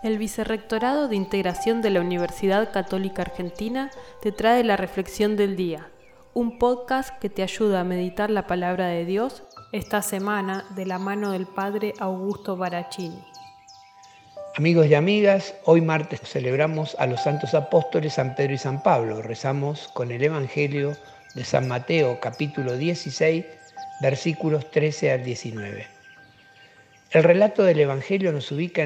El Vicerrectorado de Integración de la Universidad Católica Argentina te trae la Reflexión del Día, un podcast que te ayuda a meditar la palabra de Dios esta semana de la mano del Padre Augusto Barachini. Amigos y amigas, hoy martes celebramos a los santos apóstoles San Pedro y San Pablo. Rezamos con el Evangelio de San Mateo, capítulo 16, versículos 13 al 19. El relato del Evangelio nos ubica